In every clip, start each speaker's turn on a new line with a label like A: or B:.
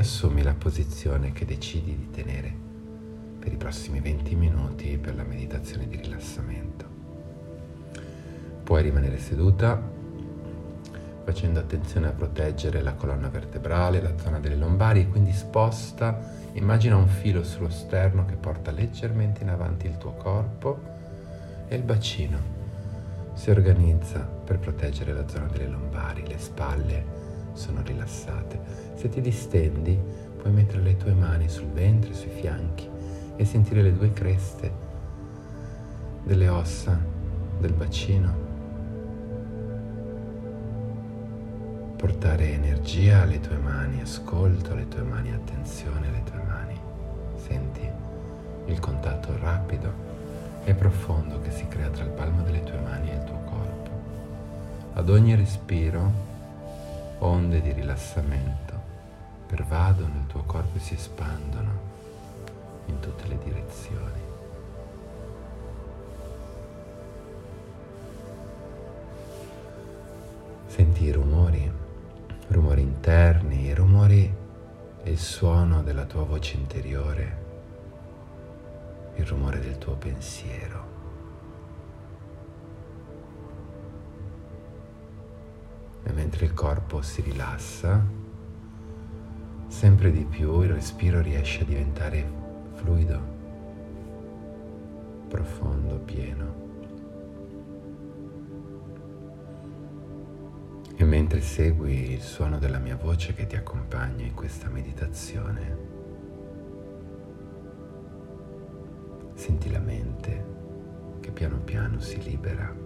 A: Assumi la posizione che decidi di tenere per i prossimi 20 minuti per la meditazione di rilassamento. Puoi rimanere seduta facendo attenzione a proteggere la colonna vertebrale, la zona delle lombari, e quindi immagina un filo sullo sterno che porta leggermente in avanti il tuo corpo e il bacino si organizza per proteggere la zona delle lombari, le spalle sono rilassate. Se ti distendi, puoi mettere le tue mani sul ventre, sui fianchi e sentire le due creste delle ossa del bacino. Portare energia alle tue mani, ascolto alle tue mani, attenzione alle tue mani. Senti il contatto rapido e profondo che si crea tra il palmo delle tue mani e il tuo corpo. Ad ogni respiro, onde di rilassamento pervadono il tuo corpo e si espandono in tutte le direzioni. Senti i rumori interni, i rumori e il suono della tua voce interiore, il rumore del tuo pensiero. E mentre il corpo si rilassa, sempre di più il respiro riesce a diventare fluido, profondo, pieno. E mentre segui il suono della mia voce che ti accompagna in questa meditazione, senti la mente che piano piano si libera.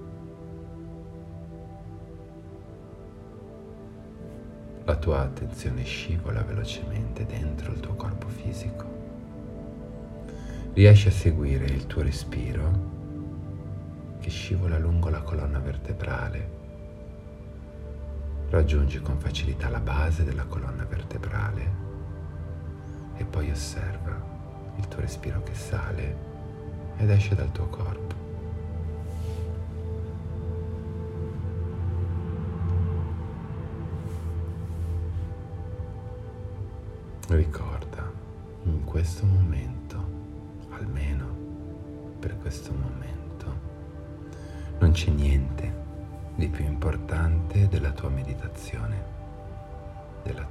A: La tua attenzione scivola velocemente dentro il tuo corpo fisico. Riesci a seguire il tuo respiro che scivola lungo la colonna vertebrale. Raggiungi con facilità la base della colonna vertebrale e poi osserva il tuo respiro che sale ed esce dal tuo corpo. Ricorda, in questo momento, almeno per questo momento, non c'è niente di più importante della tua meditazione, del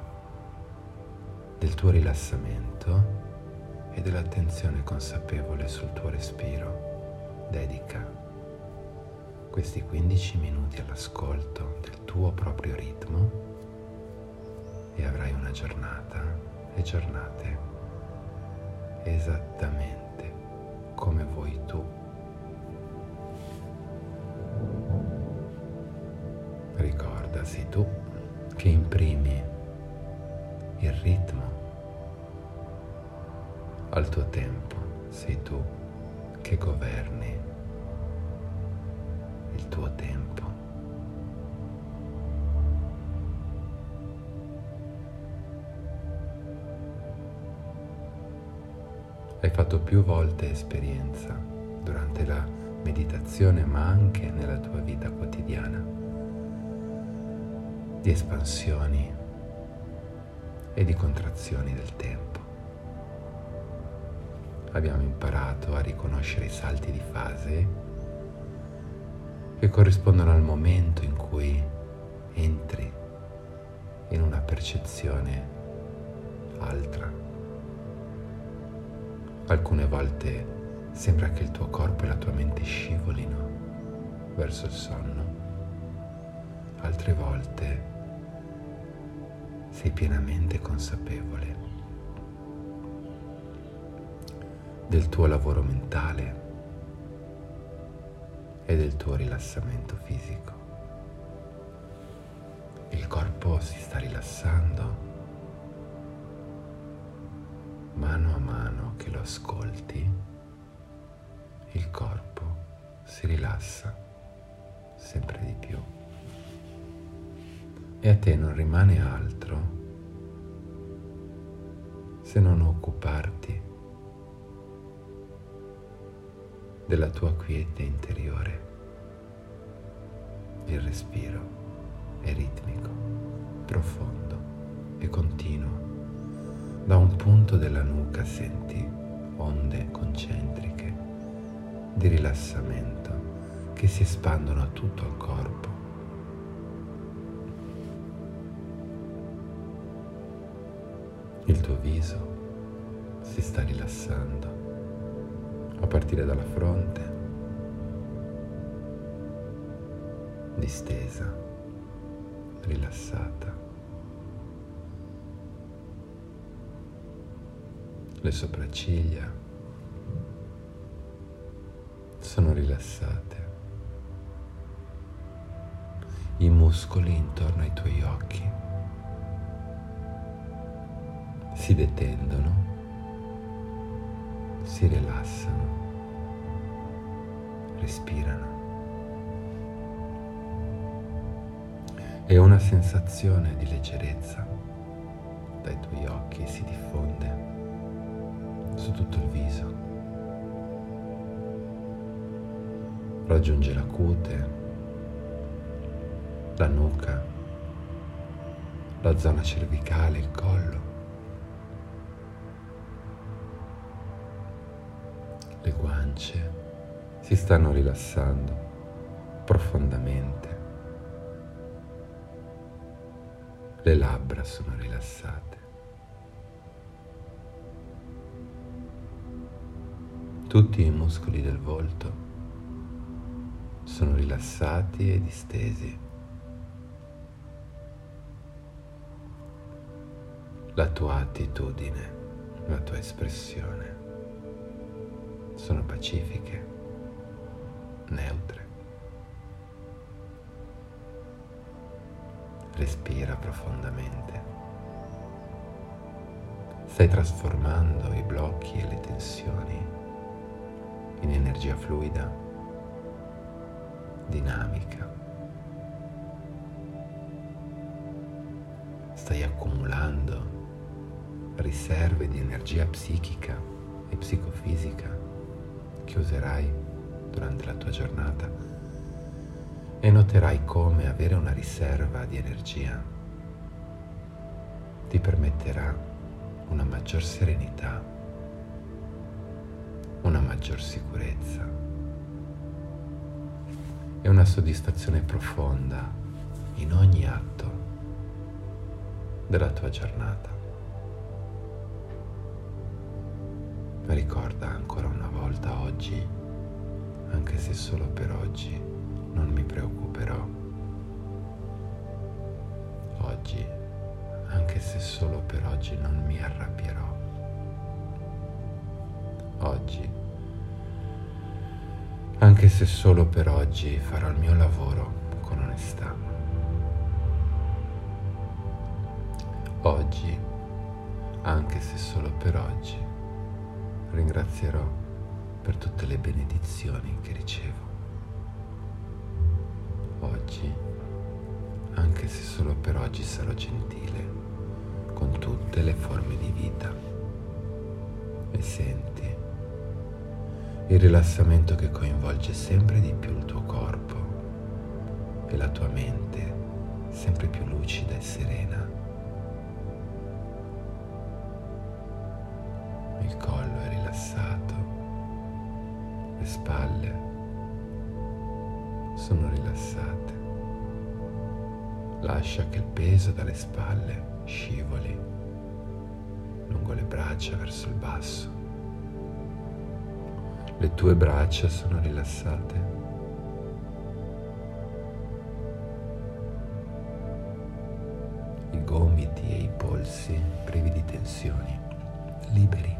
A: tuo rilassamento e dell'attenzione consapevole sul tuo respiro. Dedica questi 15 minuti all'ascolto del tuo proprio ritmo e avrai una giornata e giornate esattamente come vuoi tu. Ricorda, sei tu che imprimi il ritmo al tuo tempo, sei tu che governi il tuo tempo. Hai fatto più volte esperienza durante la meditazione, ma anche nella tua vita quotidiana, di espansioni e di contrazioni del tempo. Abbiamo imparato a riconoscere i salti di fase che corrispondono al momento in cui entri in una percezione altra. Alcune volte sembra che il tuo corpo e la tua mente scivolino verso il sonno, altre volte sei pienamente consapevole del tuo lavoro mentale e del tuo rilassamento fisico. Il corpo si sta rilassando. Mano a mano che lo ascolti, il corpo si rilassa sempre di più e a te non rimane altro se non occuparti della tua quiete interiore. Il respiro è ritmico, profondo e continuo. Da un punto della nuca senti onde concentriche di rilassamento che si espandono a tutto il corpo. Il tuo viso si sta rilassando a partire dalla fronte, distesa, rilassata. Le sopracciglia sono rilassate. I muscoli intorno ai tuoi occhi si detendono, si rilassano, respirano. E una sensazione di leggerezza dai tuoi occhi si diffonde su tutto il viso. Raggiunge la cute, la nuca, la zona cervicale, il collo. Le guance si stanno rilassando profondamente. Le labbra sono rilassate. Tutti i muscoli del volto sono rilassati e distesi. La tua attitudine, la tua espressione sono pacifiche, neutre. Respira profondamente. Stai trasformando i blocchi e le tensioni in energia fluida, dinamica. Stai accumulando riserve di energia psichica e psicofisica che userai durante la tua giornata e noterai come avere una riserva di energia ti permetterà una maggior serenità, una maggior sicurezza e una soddisfazione profonda in ogni atto della tua giornata. Ricorda ancora una volta: oggi, anche se solo per oggi, non mi preoccuperò. Oggi, anche se solo per oggi, non mi arrabbierò. Oggi, anche se solo per oggi, farò il mio lavoro con onestà. Oggi, anche se solo per oggi, ringrazierò per tutte le benedizioni che ricevo. Oggi, anche se solo per oggi, sarò gentile con tutte le forme di vita. E senti il rilassamento che coinvolge sempre di più il tuo corpo e la tua mente sempre più lucida e serena. Il collo è rilassato, le spalle sono rilassate. Lascia che il peso dalle spalle scivoli lungo le braccia verso il basso. Le tue braccia sono rilassate. I gomiti e i polsi privi di tensioni, liberi.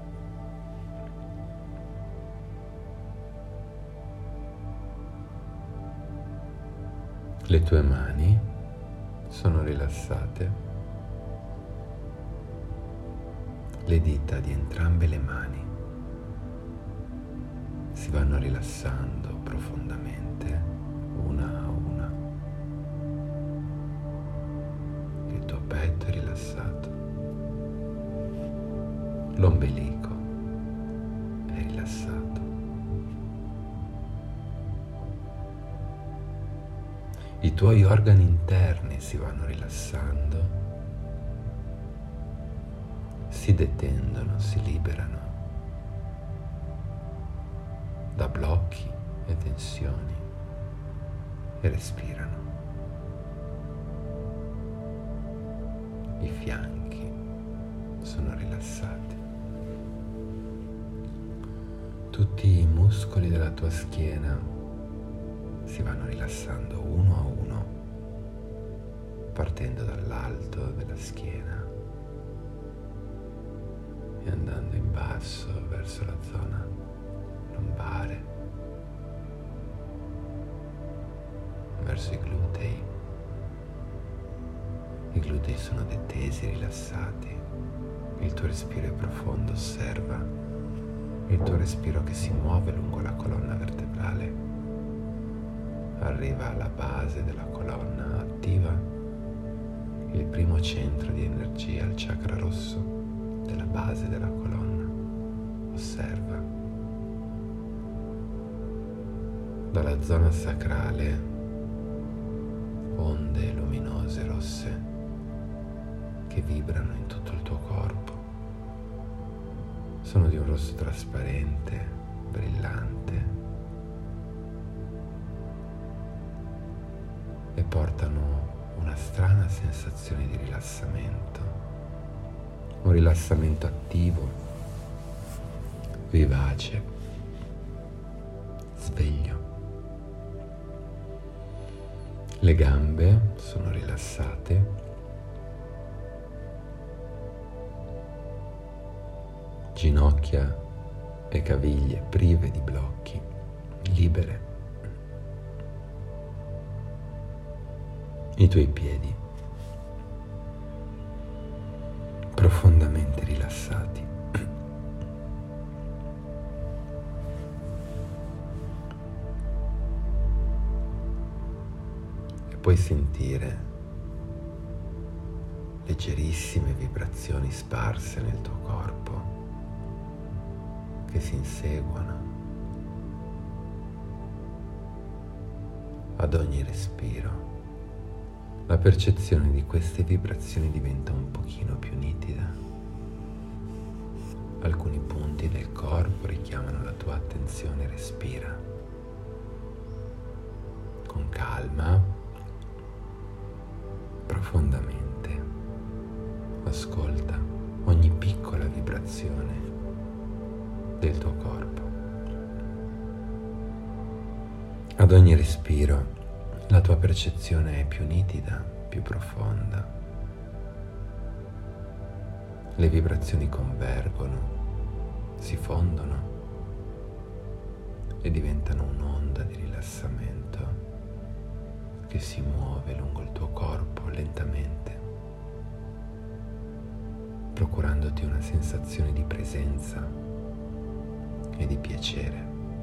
A: Le tue mani sono rilassate. Le dita di entrambe le mani si vanno rilassando profondamente, una a una. Il tuo petto è rilassato. L'ombelico è rilassato. I tuoi organi interni si vanno rilassando si detendono, si liberano da blocchi e tensioni e respirano. I fianchi sono rilassati. Tutti i muscoli della tua schiena si vanno rilassando uno a uno, partendo dall'alto della schiena e andando in basso verso la zona lombare, verso i glutei. I glutei sono detesi, rilassati. Il tuo respiro è profondo, osserva il tuo respiro che si muove lungo la colonna vertebrale. Arriva alla base della colonna, attiva il primo centro di energia, il chakra rosso della base della colonna. Osserva. Dalla zona sacrale onde luminose rosse che vibrano in tutto il tuo corpo. Sono di un rosso trasparente, brillante e portano una strana sensazione di rilassamento, un rilassamento attivo, vivace, sveglio. Le gambe sono rilassate, ginocchia e caviglie prive di blocchi, libere. I tuoi piedi profondamente rilassati. E puoi sentire leggerissime vibrazioni sparse nel tuo corpo che si inseguono. Ad ogni respiro la percezione di queste vibrazioni diventa un pochino più nitida. Alcuni punti del corpo richiamano la tua attenzione, respira con calma, profondamente. Ascolta ogni piccola vibrazione del tuo corpo. Ad ogni respiro la tua percezione è più nitida, più profonda. Le vibrazioni convergono, si fondono e diventano un'onda di rilassamento che si muove lungo il tuo corpo lentamente, procurandoti una sensazione di presenza e di piacere.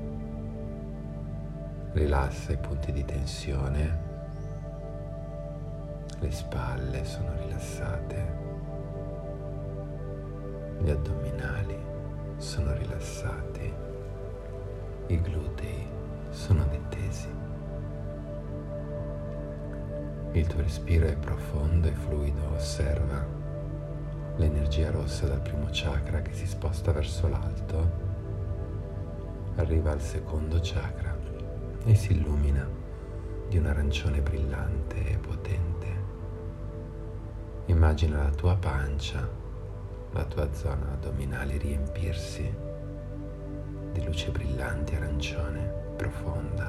A: Rilassa i punti di tensione, le spalle sono rilassate, gli addominali sono rilassati, i glutei sono detesi. Il tuo respiro è profondo e fluido, osserva l'energia rossa dal primo chakra che si sposta verso l'alto, arriva al secondo chakra e si illumina di un arancione brillante e potente. Immagina la tua pancia, la tua zona addominale riempirsi di luce brillante arancione profonda.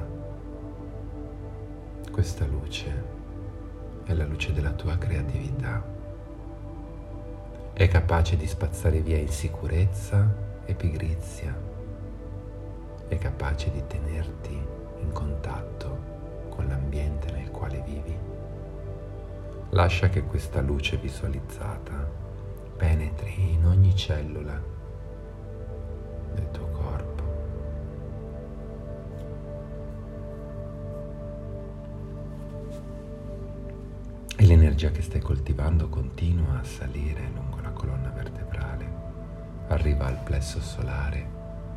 A: Questa luce è la luce della tua creatività. È capace di spazzare via insicurezza e pigrizia. È capace di tenerti in contatto con l'ambiente nel quale vivi. Lascia che questa luce visualizzata penetri in ogni cellula del tuo corpo. E l'energia che stai coltivando continua a salire lungo la colonna vertebrale, arriva al plesso solare,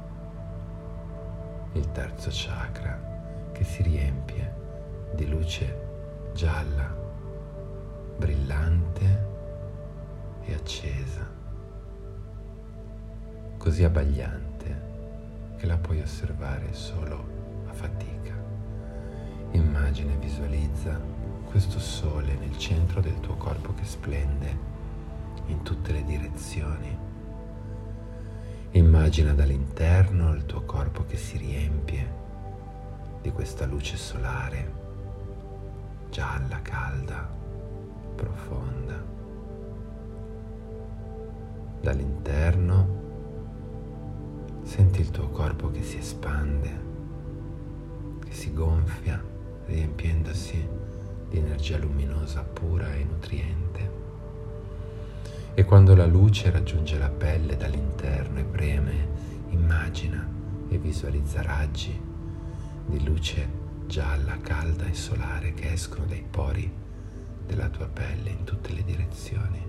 A: il terzo chakra che si riempie di luce gialla, brillante e accesa, così abbagliante che la puoi osservare solo a fatica. Immagina e visualizza questo sole nel centro del tuo corpo che splende in tutte le direzioni. Immagina dall'interno il tuo corpo che si riempie di questa luce solare, gialla, calda, profonda. Dall'interno senti il tuo corpo che si espande, che si gonfia, riempiendosi di energia luminosa pura e nutriente. E quando la luce raggiunge la pelle dall'interno e preme, immagina e visualizza raggi di luce gialla, calda e solare che escono dai pori della tua pelle in tutte le direzioni.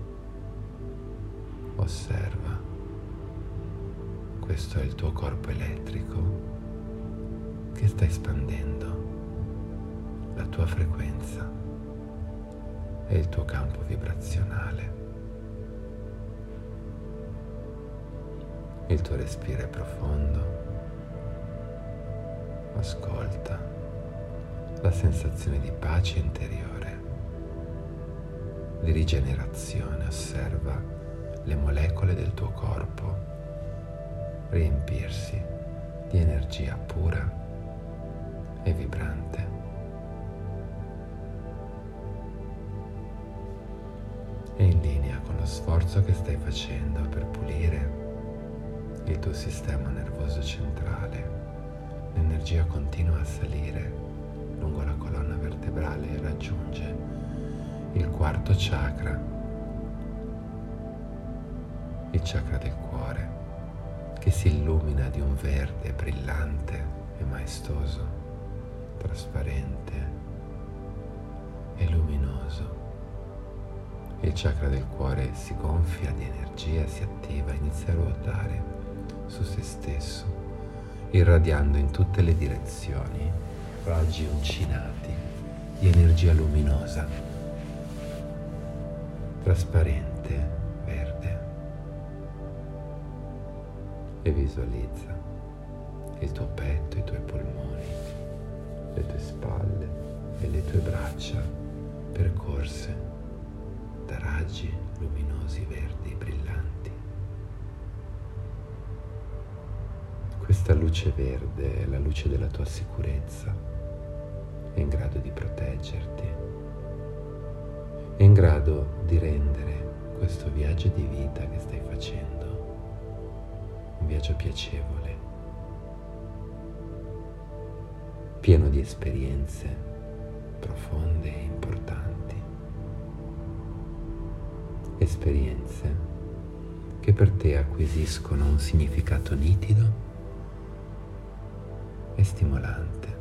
A: Osserva. Questo è il tuo corpo elettrico che sta espandendo la tua frequenza e il tuo campo vibrazionale. Il tuo respiro è profondo. Ascolta la sensazione di pace interiore, di rigenerazione. Osserva le molecole del tuo corpo riempirsi di energia pura e vibrante. E in linea con lo sforzo che stai facendo per pulire il tuo sistema nervoso centrale, l'energia continua a salire lungo la colonna vertebrale e raggiunge il quarto chakra, il chakra del cuore, che si illumina di un verde brillante e maestoso, trasparente e luminoso. Il chakra del cuore si gonfia di energia, si attiva, inizia a ruotare su se stesso, irradiando in tutte le direzioni raggi uncinati di energia luminosa, trasparente, verde. E visualizza il tuo petto, i tuoi polmoni, le tue spalle e le tue braccia percorse da raggi luminosi, verdi, brillanti. Questa luce verde è la luce della tua sicurezza, è in grado di proteggerti, è in grado di rendere questo viaggio di vita che stai facendo un viaggio piacevole, pieno di esperienze profonde e importanti, esperienze che per te acquisiscono un significato nitido e stimolante,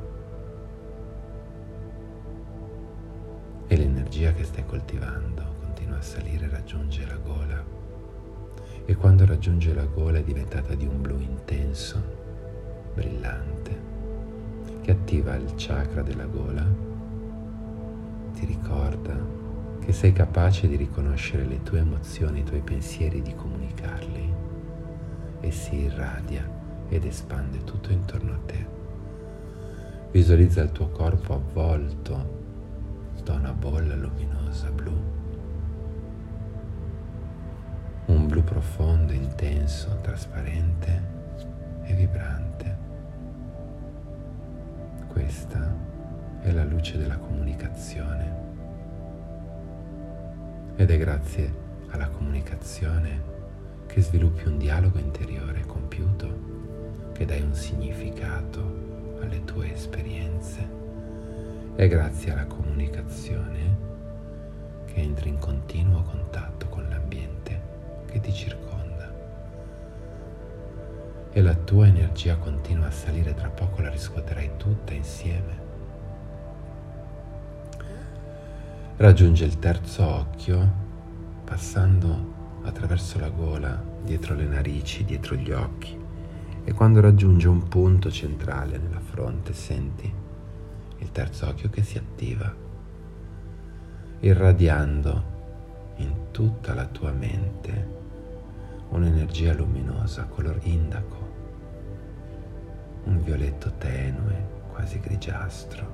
A: e l'energia che stai coltivando continua a salire e raggiunge la gola, e quando raggiunge la gola è diventata di un blu intenso, brillante, che attiva il chakra della gola, ti ricorda che sei capace di riconoscere le tue emozioni, i tuoi pensieri, di comunicarli, e si irradia ed espande tutto intorno a te. Visualizza il tuo corpo avvolto da una bolla luminosa blu, un blu profondo, intenso, trasparente e vibrante. Questa è la luce della comunicazione, ed è grazie alla comunicazione che sviluppi un dialogo interiore compiuto, che dai un significato alle tue esperienze. È grazie alla comunicazione che entri in continuo contatto con l'ambiente che ti circonda, e la tua energia continua a salire. Tra poco la riscuoterai tutta insieme. Raggiunge il terzo occhio, passando attraverso la gola, dietro le narici, dietro gli occhi, e quando raggiunge un punto centrale nella fronte senti il terzo occhio che si attiva, irradiando in tutta la tua mente un'energia luminosa color indaco, un violetto tenue, quasi grigiastro,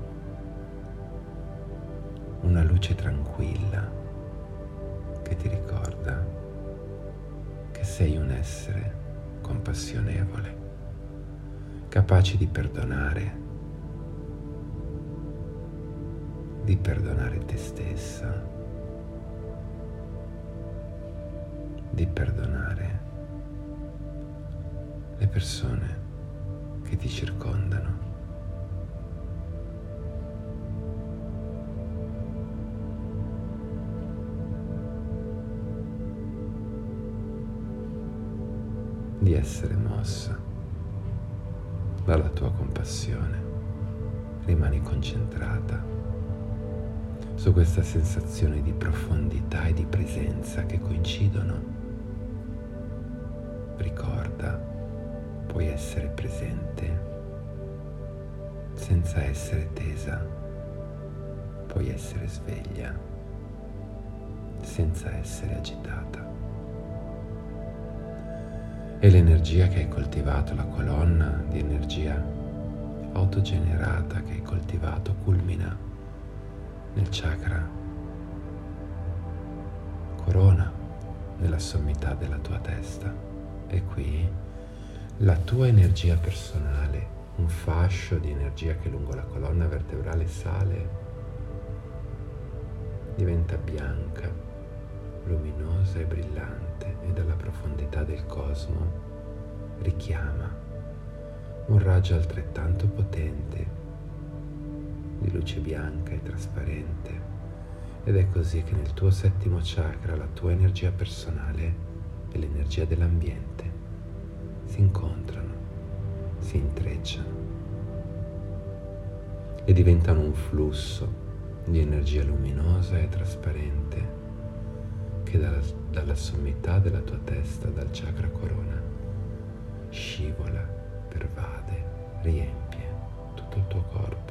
A: una luce tranquilla che ti ricorda che sei un essere compassionevole, capace di perdonare te stessa, di perdonare le persone che ti circondano. Di essere mossa dalla tua compassione. Rimani concentrata su questa sensazione di profondità e di presenza che coincidono. Ricorda, puoi essere presente senza essere tesa, puoi essere sveglia senza essere agitata. E l'energia che hai coltivato, la colonna di energia autogenerata che hai coltivato, culmina nel chakra corona, nella sommità della tua testa. E qui la tua energia personale, un fascio di energia che lungo la colonna vertebrale sale, diventa bianca, luminosa e brillante, e dalla profondità del cosmo richiama un raggio altrettanto potente di luce bianca e trasparente. Ed è così che nel tuo settimo chakra la tua energia personale e l'energia dell'ambiente si incontrano, si intrecciano e diventano un flusso di energia luminosa e trasparente che dalla sommità della tua testa, dal chakra corona, scivola, pervade, riempie tutto il tuo corpo.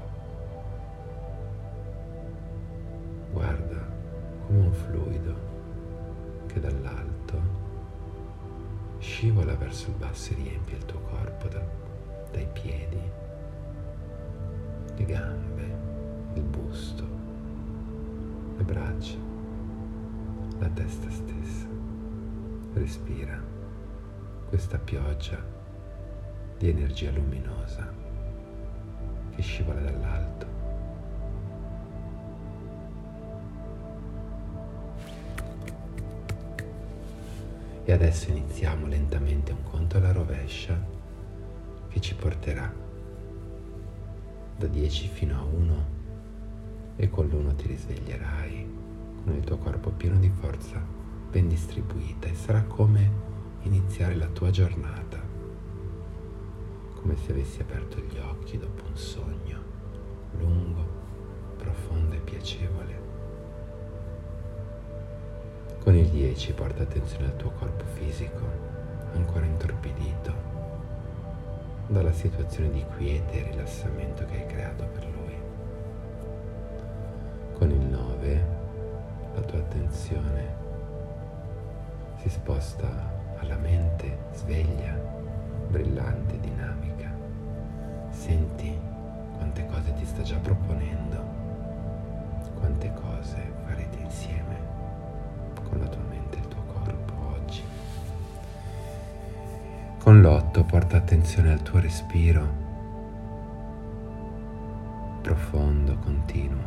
A: Guarda come un fluido che dall'alto scivola verso il basso e riempie il tuo corpo dai piedi, le gambe, il busto, le braccia, la testa stessa. Respira questa pioggia di energia luminosa che scivola dall'alto. E adesso iniziamo lentamente un conto alla rovescia che ci porterà da 10 fino a 1, e con l'1 ti risveglierai con il tuo corpo pieno di forza, ben distribuita, e sarà come iniziare la tua giornata, come se avessi aperto gli occhi dopo un sogno lungo, profondo e piacevole. Con il 10 porta attenzione al tuo corpo fisico, ancora intorpidito dalla situazione di quiete e rilassamento che hai creato per lui. Con il 9 la tua attenzione si sposta alla mente sveglia, brillante, dinamica. Senti quante cose ti sta già proponendo, quante cose farete insieme con la tua mente e il tuo corpo oggi. Con l'8 porta attenzione al tuo respiro, profondo, continuo.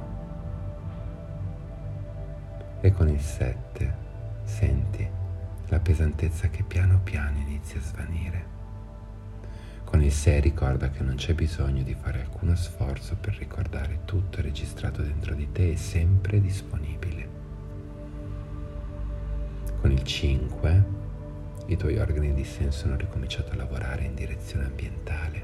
A: E con il 7 senti la pesantezza che piano piano inizia a svanire. Con il 6 ricorda che non c'è bisogno di fare alcuno sforzo per ricordare, tutto è registrato dentro di te e sempre disponibile. Con il 5 i tuoi organi di senso hanno ricominciato a lavorare in direzione ambientale.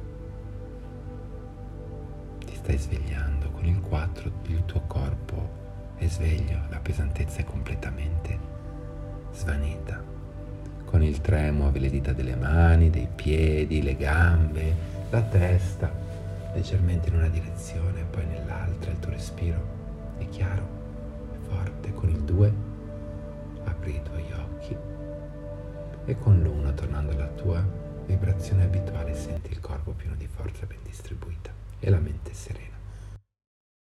A: Ti stai svegliando. Con il 4 il tuo corpo è sveglio, la pesantezza è completamente svanita. Con il 3 muovi le dita delle mani, dei piedi, le gambe, la testa, leggermente in una direzione e poi nell'altra. Il tuo respiro è chiaro, è forte. Con il 2 apri i tuoi occhi e con l'1 tornando alla tua vibrazione abituale senti il corpo pieno di forza ben distribuita e la mente serena.